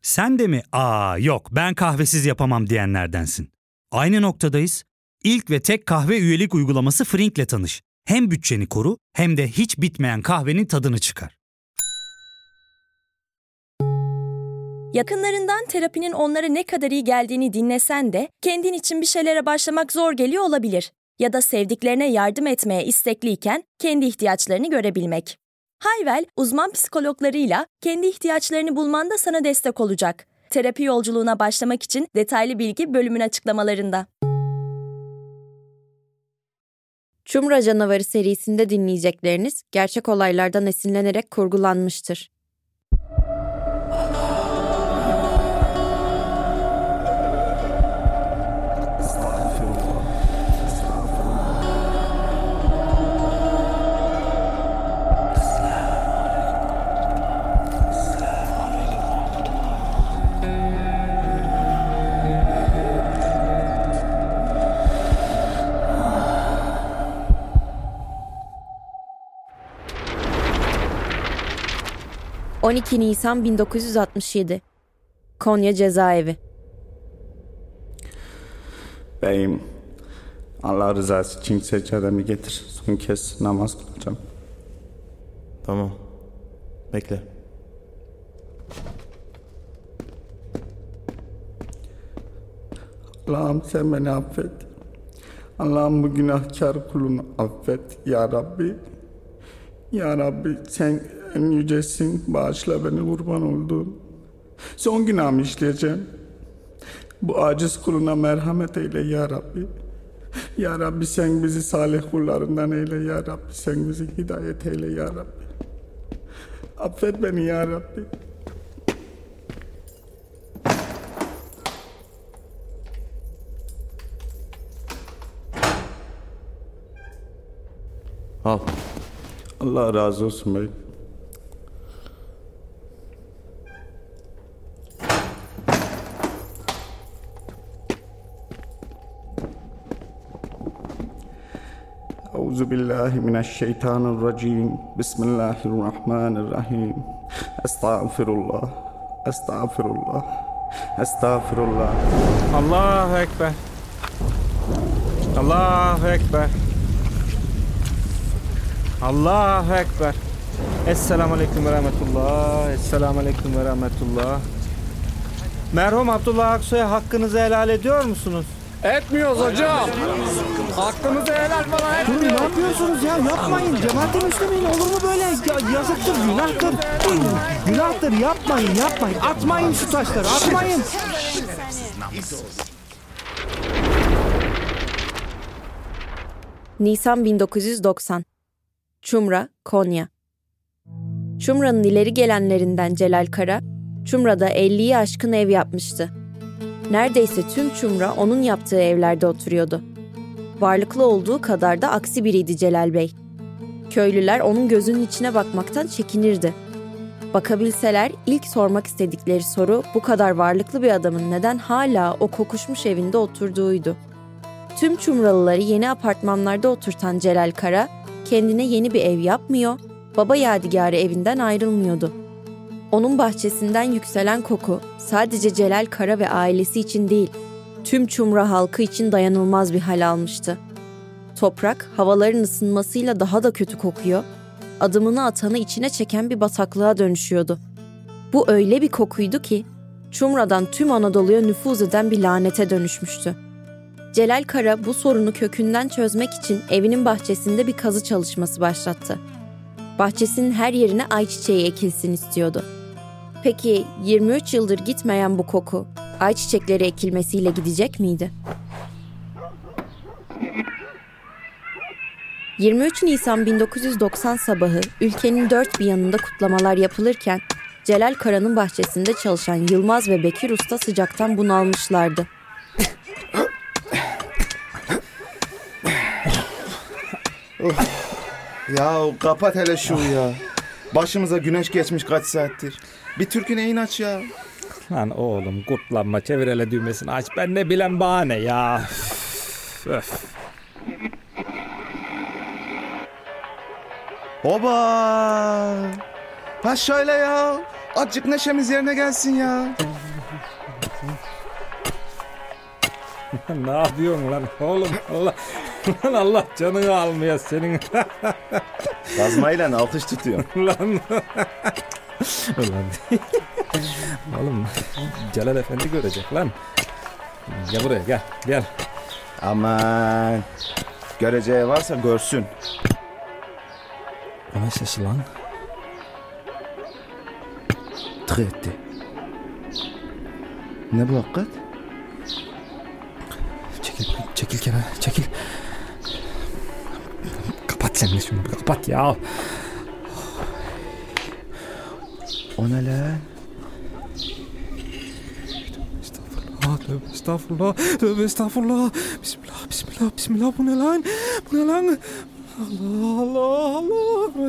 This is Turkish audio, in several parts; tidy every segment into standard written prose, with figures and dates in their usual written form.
Sen de mi yok ben kahvesiz yapamam diyenlerdensin? Aynı noktadayız. İlk ve tek kahve üyelik uygulaması Frink'le tanış. Hem bütçeni koru hem de hiç bitmeyen kahvenin tadını çıkar. Yakınlarından terapinin onlara ne kadar iyi geldiğini dinlesen de kendin için bir şeylere başlamak zor geliyor olabilir. Ya da sevdiklerine yardım etmeye istekliyken kendi ihtiyaçlarını görebilmek. Hayvel, uzman psikologlarıyla kendi ihtiyaçlarını bulmanda sana destek olacak. Terapi yolculuğuna başlamak için detaylı bilgi bölümün açıklamalarında. Çumra Canavarı serisinde dinleyecekleriniz gerçek olaylardan esinlenerek kurgulanmıştır. ...12 Nisan 1967. Konya Cezaevi. Beyim, Allah rızası için seccademi getir. Son kez namaz kılacağım. Tamam. Bekle. Allah'ım sen beni affet. Allah'ım bu günahkar kulunu affet ya Rabbi. Ya Rabbi sen en yücesin, bağışla beni kurban olduğum. Son günahımı işleyeceğim. Bu aciz kuluna merhamet eyle ya Rabbi. Ya Rabbi sen bizi salih kullarından eyle ya Rabbi. Sen bizi hidayet eyle ya Rabbi. Affet beni ya Rabbi. Al. Allah razı olsun bey. Euzubillahimineşşeytanirracim. Bismillahirrahmanirrahim. Estağfirullah. Estağfirullah. Estağfirullah. Allahu Ekber. Allahu Ekber. Allahu Ekber. Esselamu Aleyküm ve Rahmetullah. Esselamu Aleyküm ve Rahmetullah. Merhum Abdullah Aksoy'a hakkınızı helal ediyor musunuz? Etmiyoruz hocam. Hakkımızı helal falan etmiyoruz. Durun, ne yapıyorsunuz ya? Yapmayın. Cemaat-i Müslümin olur mu böyle? Yazıktır, günahtır. Günahtır, yapmayın. Atmayın şu taşları, atmayın. Nisan 1990. Çumra, Konya. Çumra'nın ileri gelenlerinden Celal Kara, Çumra'da 50'yi aşkın ev yapmıştı. Neredeyse tüm Çumra onun yaptığı evlerde oturuyordu. Varlıklı olduğu kadar da aksi biriydi Celal Bey. Köylüler onun gözünün içine bakmaktan çekinirdi. Bakabilseler ilk sormak istedikleri soru bu kadar varlıklı bir adamın neden hala o kokuşmuş evinde oturduğuydu. Tüm Çumralıları yeni apartmanlarda oturtan Celal Kara, kendine yeni bir ev yapmıyor, baba yadigarı evinden ayrılmıyordu. Onun bahçesinden yükselen koku sadece Celal Kara ve ailesi için değil, tüm Çumra halkı için dayanılmaz bir hal almıştı. Toprak havaların ısınmasıyla daha da kötü kokuyor, adımını atanı içine çeken bir bataklığa dönüşüyordu. Bu öyle bir kokuydu ki, Çumra'dan tüm Anadolu'ya nüfuz eden bir lanete dönüşmüştü. Celal Kara bu sorunu kökünden çözmek için evinin bahçesinde bir kazı çalışması başlattı. Bahçesinin her yerine ayçiçeği ekilsin istiyordu. Peki 23 yıldır gitmeyen bu koku ayçiçekleri ekilmesiyle gidecek miydi? 23 Nisan 1990 sabahı ülkenin dört bir yanında kutlamalar yapılırken Celal Kara'nın bahçesinde çalışan Yılmaz ve Bekir Usta sıcaktan bunalmışlardı. Ya kapat hele şu ya. Başımıza güneş geçmiş kaç saattir. Bir türkü neyin aç ya. Lan oğlum kurtlanma, çevir hele düğmesini aç. Ben ne bilen bahane ya. Öf. Oba. Ha şöyle ya. Azıcık neşemiz yerine gelsin ya. Ne yapıyorsun lan oğlum? Allah canını almaya senin. Kazmayla alkış tutuyor. Ulan. Oğlum Celal Efendi görecek lan. Gel buraya gel. Aman. Göreceği varsa görsün. O ne sesi lan? Tık etti. Ne bu hakikat? Çekil kenara çekil. Kapat sen de şunu kapat ya. O ne lan? Tövbe estağfurullah. Bismillah. Bu ne lan? Allah.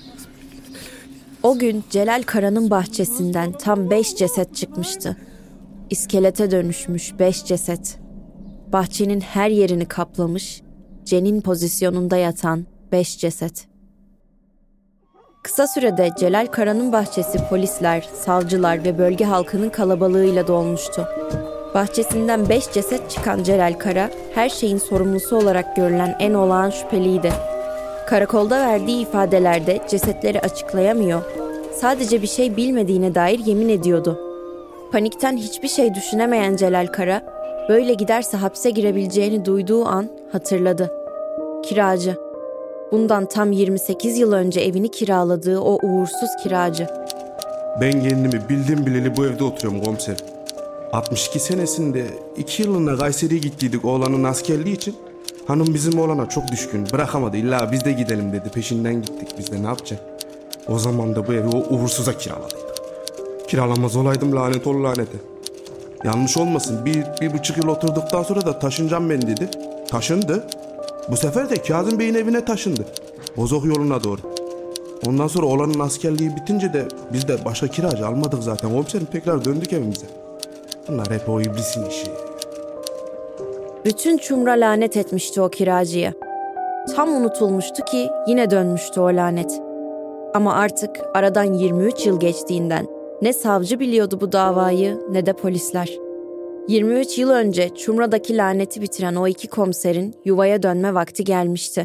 O gün Celal Kara'nın bahçesinden tam 5 ceset çıkmıştı. İskelete dönüşmüş 5 ceset. Bahçenin her yerini kaplamış, cenin pozisyonunda yatan 5 ceset. Kısa sürede Celal Kara'nın bahçesi polisler, savcılar ve bölge halkının kalabalığıyla dolmuştu. Bahçesinden 5 ceset çıkan Celal Kara, her şeyin sorumlusu olarak görülen en olağan şüpheliydi. Karakolda verdiği ifadelerde cesetleri açıklayamıyor, sadece bir şey bilmediğine dair yemin ediyordu. Panikten hiçbir şey düşünemeyen Celal Kara, böyle giderse hapse girebileceğini duyduğu an hatırladı. Kiracı. Bundan tam 28 yıl önce evini kiraladığı o uğursuz kiracı. Ben kendimi bildim bileli bu evde oturuyorum komiser. 62 senesinde 2 yılına Kayseri'ye gittiydik oğlanın askerliği için. Hanım bizim oğlana çok düşkün, bırakamadı, illa biz de gidelim dedi. Peşinden gittik, biz de ne yapacak? O zaman da bu evi o uğursuza kiraladıydık. Kiralamaz olaydım lanet ol lanete. Yanlış olmasın, bir buçuk yıl oturduktan sonra da taşınacağım ben dedi. Taşındı. Bu sefer de Kazım Bey'in evine taşındı. Bozok yoluna doğru. Ondan sonra oğlanın askerliği bitince de biz de başka kiracı almadık zaten. Komiserim tekrar döndük evimize. Bunlar hep o iblisin işi. Bütün Çumra lanet etmişti o kiracıya. Tam unutulmuştu ki yine dönmüştü o lanet. Ama artık aradan 23 yıl geçtiğinden ne savcı biliyordu bu davayı ne de polisler. 23 yıl önce Çumra'daki laneti bitiren o iki komiserin yuvaya dönme vakti gelmişti.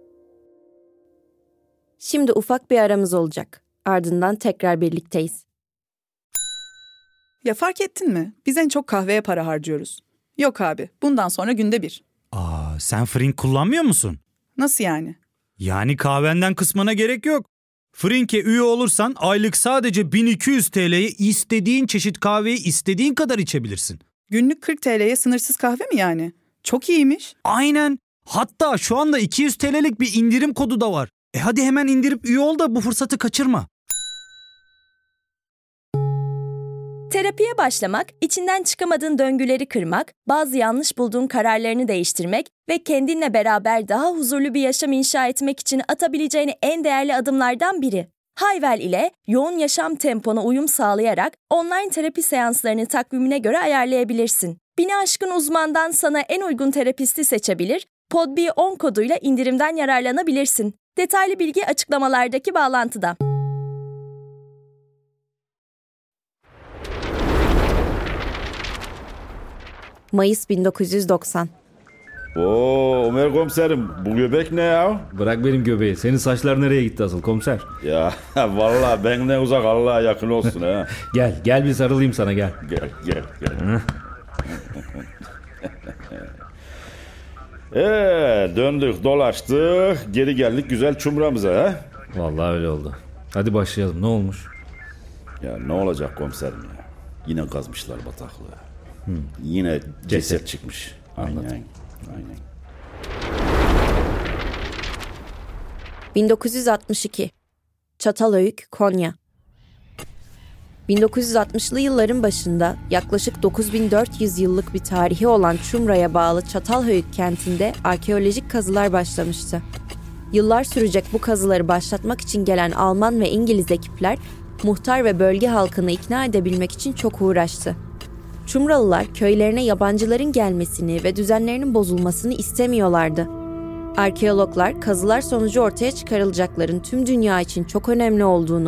Şimdi ufak bir aramız olacak. Ardından tekrar birlikteyiz. Ya fark ettin mi? Biz en çok kahveye para harcıyoruz. Yok abi, bundan sonra günde 1. Sen Frink kullanmıyor musun? Nasıl yani? Yani kahvenden kısmına gerek yok. Frink'e üye olursan aylık sadece 1200 TL'ye istediğin çeşit kahveyi istediğin kadar içebilirsin. Günlük 40 TL'ye sınırsız kahve mi yani? Çok iyiymiş. Aynen. Hatta şu anda 200 TL'lik bir indirim kodu da var. Hadi hemen indirip üye ol da bu fırsatı kaçırma. Terapiye başlamak, içinden çıkamadığın döngüleri kırmak, bazı yanlış bulduğun kararlarını değiştirmek ve kendinle beraber daha huzurlu bir yaşam inşa etmek için atabileceğin en değerli adımlardan biri. Hayvel ile yoğun yaşam tempona uyum sağlayarak online terapi seanslarını takvimine göre ayarlayabilirsin. 1000'i aşkın uzmandan sana en uygun terapisti seçebilir, PodB10 koduyla indirimden yararlanabilirsin. Detaylı bilgi açıklamalardaki bağlantıda. Mayıs 1990. Ömer komiserim, bu göbek ne ya? Bırak benim göbeği. Senin saçlar nereye gitti asıl komiser? Ya vallahi benden uzak, Allah'a yakın olsun ha. Gel bir sarılayım sana, gel. Gel. Döndük dolaştık, geri geldik güzel Çumra'mıza ha. Vallahi öyle oldu. Hadi başlayalım, ne olmuş? Ya ne olacak komiserim ya? Yine kazmışlar bataklığı. Yine ceset çıkmış. Aynen. 1962. Çatalhöyük, Konya. 1960'lı yılların başında yaklaşık 9400 yıllık bir tarihi olan Çumra'ya bağlı Çatalhöyük kentinde arkeolojik kazılar başlamıştı. Yıllar sürecek bu kazıları başlatmak için gelen Alman ve İngiliz ekipler, muhtar ve bölge halkını ikna edebilmek için çok uğraştı. Çumralılar köylerine yabancıların gelmesini ve düzenlerinin bozulmasını istemiyorlardı. Arkeologlar kazılar sonucu ortaya çıkarılacakların tüm dünya için çok önemli olduğunu,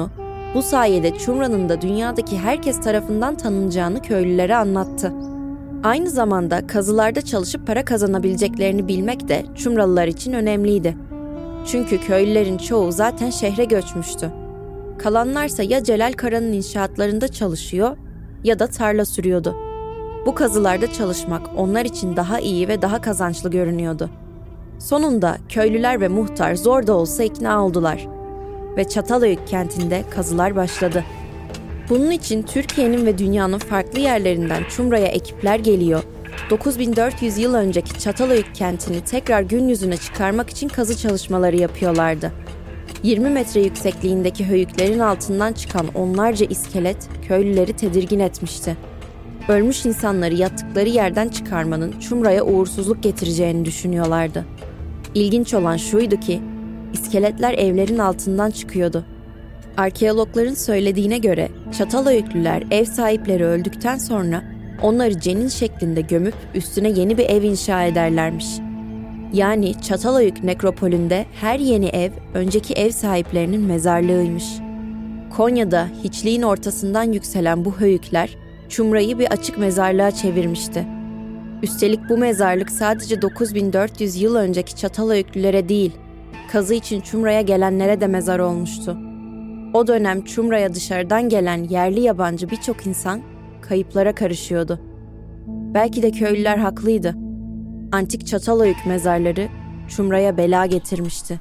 Bu sayede Çumra'nın da dünyadaki herkes tarafından tanınacağını köylülere anlattı. Aynı zamanda kazılarda çalışıp para kazanabileceklerini bilmek de Çumralılar için önemliydi. Çünkü köylülerin çoğu zaten şehre göçmüştü. Kalanlarsa ya Celal Kara'nın inşaatlarında çalışıyor ya da tarla sürüyordu. Bu kazılarda çalışmak onlar için daha iyi ve daha kazançlı görünüyordu. Sonunda köylüler ve muhtar zor da olsa ikna oldular ve Çatalhöyük kentinde kazılar başladı. Bunun için Türkiye'nin ve dünyanın farklı yerlerinden Çumra'ya ekipler geliyor. 9400 yıl önceki Çatalhöyük kentini tekrar gün yüzüne çıkarmak için kazı çalışmaları yapıyorlardı. 20 metre yüksekliğindeki höyüklerin altından çıkan onlarca iskelet köylüleri tedirgin etmişti. Ölmüş insanları yattıkları yerden çıkarmanın Çumra'ya uğursuzluk getireceğini düşünüyorlardı. İlginç olan şuydu ki, iskeletler evlerin altından çıkıyordu. Arkeologların söylediğine göre Çatalhöyüklüler ev sahipleri öldükten sonra onları cenin şeklinde gömüp üstüne yeni bir ev inşa ederlermiş. Yani Çatalhöyük nekropolünde her yeni ev önceki ev sahiplerinin mezarlığıymış. Konya'da hiçliğin ortasından yükselen bu höyükler Çumra'yı bir açık mezarlığa çevirmişti. Üstelik bu mezarlık sadece 9400 yıl önceki Çatalhöyüklülere değil, kazı için Çumra'ya gelenlere de mezar olmuştu. O dönem Çumra'ya dışarıdan gelen yerli yabancı birçok insan kayıplara karışıyordu. Belki de köylüler haklıydı. Antik Çatalhöyük mezarları Çumra'ya bela getirmişti.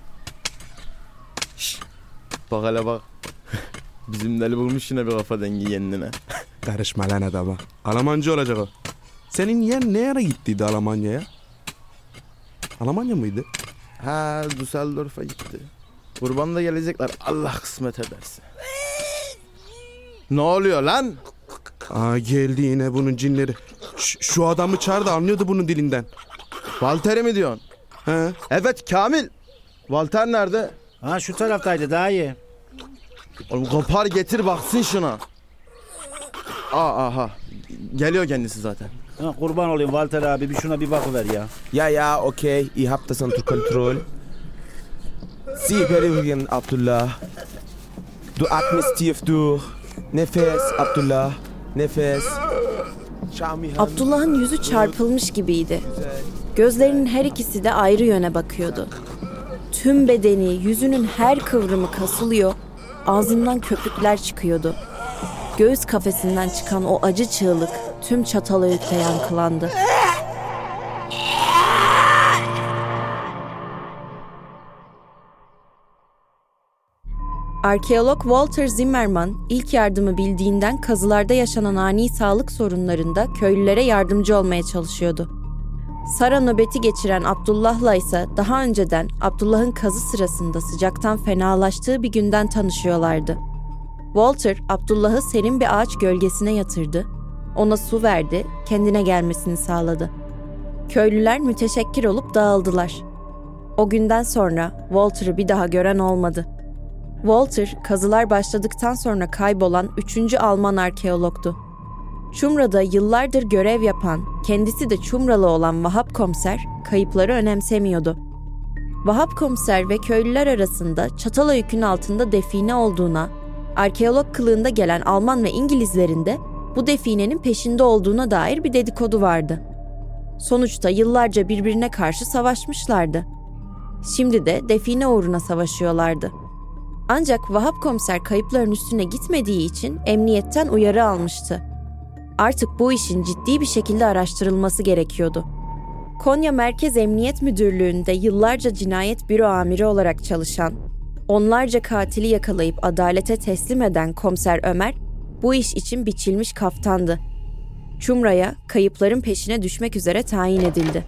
Bak hele bak. Bizim deli bulmuş yine bir kafa dengi kendine. Karışma lan adama. Almancı olacak o. Senin yeğen ne ara gittiydi Almanya'ya? Almanya mıydı? Ha, Düsseldorf'a gitti. Kurban da gelecekler. Allah kısmet ederse. Ne oluyor lan? Aa, geldi yine bunun cinleri. Şu adamı çağır da anlıyordu bunun dilinden. Walter'i mi diyorsun? He. Evet Kamil. Walter nerede? Ha, şu taraftaydı daha iyi. Oğlum kopar getir baksın şuna. Aha. Geliyor kendisi zaten. Ha, kurban olayım Walter abi, bir şuna bir bakıver ya. Ja, okay. Ihr habt das unter Kontrolle. Sie beruhigen, Abdullah. Du atmest tief durch. Nefes, Abdullah. Nefes. Abdullah'ın yüzü çarpılmış gibiydi. Gözlerinin her ikisi de ayrı yöne bakıyordu. Tüm bedeni, yüzünün her kıvrımı kasılıyor, ağzından köpükler çıkıyordu. Göğüs kafesinden çıkan o acı çığlık tüm Çatalhöyük'te yankılandı. Arkeolog Walter Zimmermann ilk yardımı bildiğinden kazılarda yaşanan ani sağlık sorunlarında köylülere yardımcı olmaya çalışıyordu. Sara nöbeti geçiren Abdullah'la ise daha önceden Abdullah'ın kazı sırasında sıcaktan fenalaştığı bir günden tanışıyorlardı. Walter, Abdullah'ı serin bir ağaç gölgesine yatırdı, ona su verdi, kendine gelmesini sağladı. Köylüler müteşekkir olup dağıldılar. O günden sonra Walter'ı bir daha gören olmadı. Walter, kazılar başladıktan sonra kaybolan 3. Alman arkeologtu. Çumra'da yıllardır görev yapan, kendisi de Çumralı olan Vahap Komiser, kayıpları önemsemiyordu. Vahap Komiser ve köylüler arasında Çatalhöyük'ün altında define olduğuna, arkeolog kılığında gelen Alman ve İngilizlerin de bu definenin peşinde olduğuna dair bir dedikodu vardı. Sonuçta yıllarca birbirine karşı savaşmışlardı. Şimdi de define uğruna savaşıyorlardı. Ancak Vahap Komiser kayıpların üstüne gitmediği için emniyetten uyarı almıştı. Artık bu işin ciddi bir şekilde araştırılması gerekiyordu. Konya Merkez Emniyet Müdürlüğü'nde yıllarca cinayet büro amiri olarak çalışan, onlarca katili yakalayıp adalete teslim eden Komiser Ömer, bu iş için biçilmiş kaftandı. Çumra'ya kayıpların peşine düşmek üzere tayin edildi.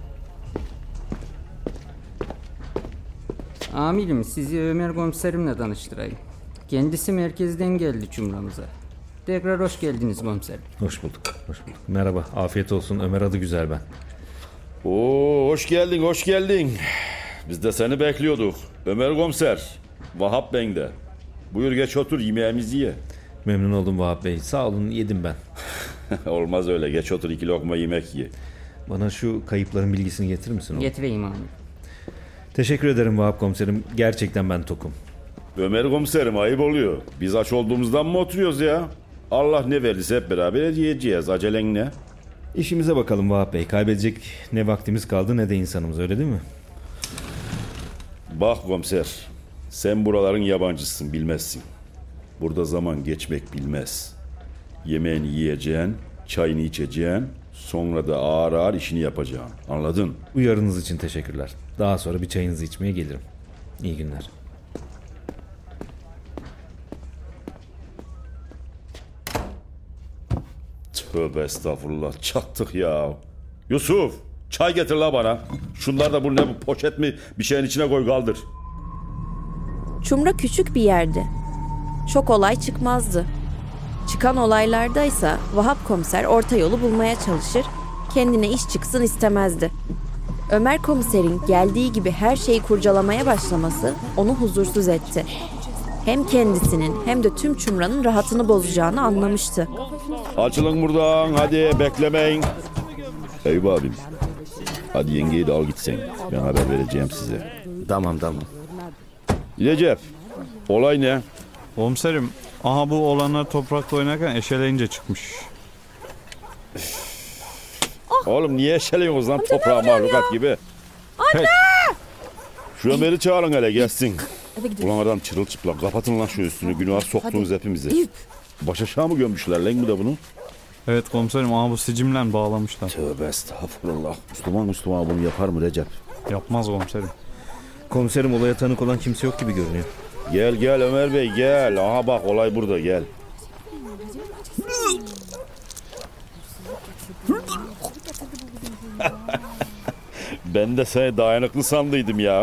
Amirim, sizi Ömer komiserimle tanıştırayım. Kendisi merkezden geldi Çumra'mıza. Tekrar hoş geldiniz komiserim. Hoş bulduk. Merhaba, afiyet olsun. Ömer adı güzel ben. Oo, hoş geldin. Biz de seni bekliyorduk. Ömer komiser, Vahap ben de. Buyur geç otur, yemeğimizi ye. Memnun oldum Vahap Bey. Sağ olun, yedim ben. Olmaz öyle, geç otur 2 lokma yemek ye. Bana şu kayıpların bilgisini getirir misin oğlum? Getireyim amirim. Teşekkür ederim Vahap komiserim. Gerçekten ben tokum. Ömer komiserim ayıp oluyor. Biz aç olduğumuzdan mı oturuyoruz ya? Allah ne verirse hep beraber yiyeceğiz. Acelen ne? İşimize bakalım Vahap Bey. Kaybedecek ne vaktimiz kaldı ne de insanımız, öyle değil mi? Bak komiser, sen buraların yabancısın, bilmezsin. Burada zaman geçmek bilmez. Yemeğini yiyeceksin, çayını içeceksin, sonra da ağır ağır işini yapacaksın. Anladın? Uyarınız için teşekkürler. Daha sonra bir çayınızı içmeye gelirim. İyi günler. Tövbe estağfurullah, çattık ya. Yusuf, çay getir la bana. Şunlar da bu ne, bu poşet mi, bir şeyin içine koy kaldır. Çumra küçük bir yerdi. Çok olay çıkmazdı. Çıkan olaylardaysa Vahap komiser orta yolu bulmaya çalışır, kendine iş çıksın istemezdi. Ömer komiserin geldiği gibi her şeyi kurcalamaya başlaması onu huzursuz etti. Hem kendisinin hem de tüm Çumra'nın rahatını bozacağını anlamıştı. Açılın buradan, hadi beklemeyin. Eyüp abim, hadi yengeyi de al gitsen. Ben haber vereceğim size. Tamam. Recep, olay ne? Komiserim, aha bu olanlar toprakta oynarken eşeleyince çıkmış. Oğlum niye eşeliyorsunuz lan toprağa mahlukat gibi? Anne! Şu Ömer'i çağırın hele gelsin. Ulan adam çırılçıplak, kapatın lan şu üstünü, günaha soktunuz hepimizi. Baş aşağı mı gömmüşler lan bu da bunu? Evet komiserim, aha bu sicimle bağlamışlar. Tövbe estağfurullah. Müslüman bunu yapar mı Recep? Yapmaz komiserim. Komiserim, olaya tanık olan kimse yok gibi görünüyor. Gel Ömer Bey gel. Aha bak olay burada, gel. Ben de seni dayanıklı sandıydım ya.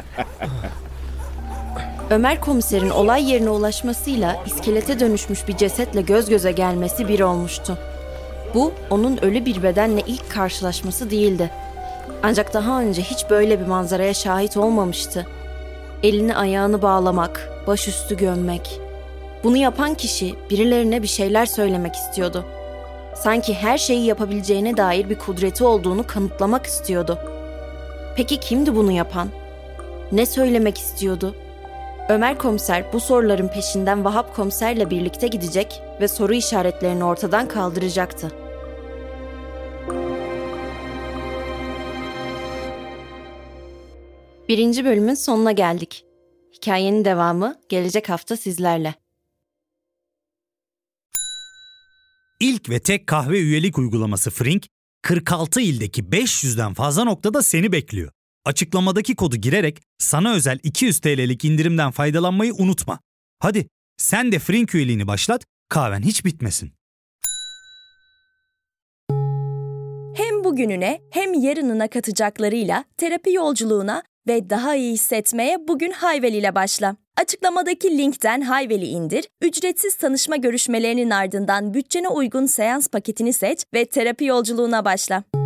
Ömer komiserin olay yerine ulaşmasıyla iskelete dönüşmüş bir cesetle göz göze gelmesi bir olmuştu. Bu onun ölü bir bedenle ilk karşılaşması değildi. Ancak daha önce hiç böyle bir manzaraya şahit olmamıştı. Elini ayağını bağlamak, başüstü gömmek. Bunu yapan kişi birilerine bir şeyler söylemek istiyordu. Sanki her şeyi yapabileceğine dair bir kudreti olduğunu kanıtlamak istiyordu. Peki kimdi bunu yapan? Ne söylemek istiyordu? Ömer komiser bu soruların peşinden Vahap komiserle birlikte gidecek ve soru işaretlerini ortadan kaldıracaktı. Birinci bölümün sonuna geldik. Hikayenin devamı gelecek hafta sizlerle. İlk ve tek kahve üyelik uygulaması Frink, 46 ildeki 500'den fazla noktada seni bekliyor. Açıklamadaki kodu girerek sana özel 200 TL'lik indirimden faydalanmayı unutma. Hadi sen de Frink üyeliğini başlat, kahven hiç bitmesin. Hem bugününe hem yarınına katacaklarıyla terapi yolculuğuna ve daha iyi hissetmeye bugün Hayvel ile başla. Açıklamadaki linkten Hayvel'i indir, ücretsiz tanışma görüşmelerinin ardından bütçene uygun seans paketini seç ve terapi yolculuğuna başla.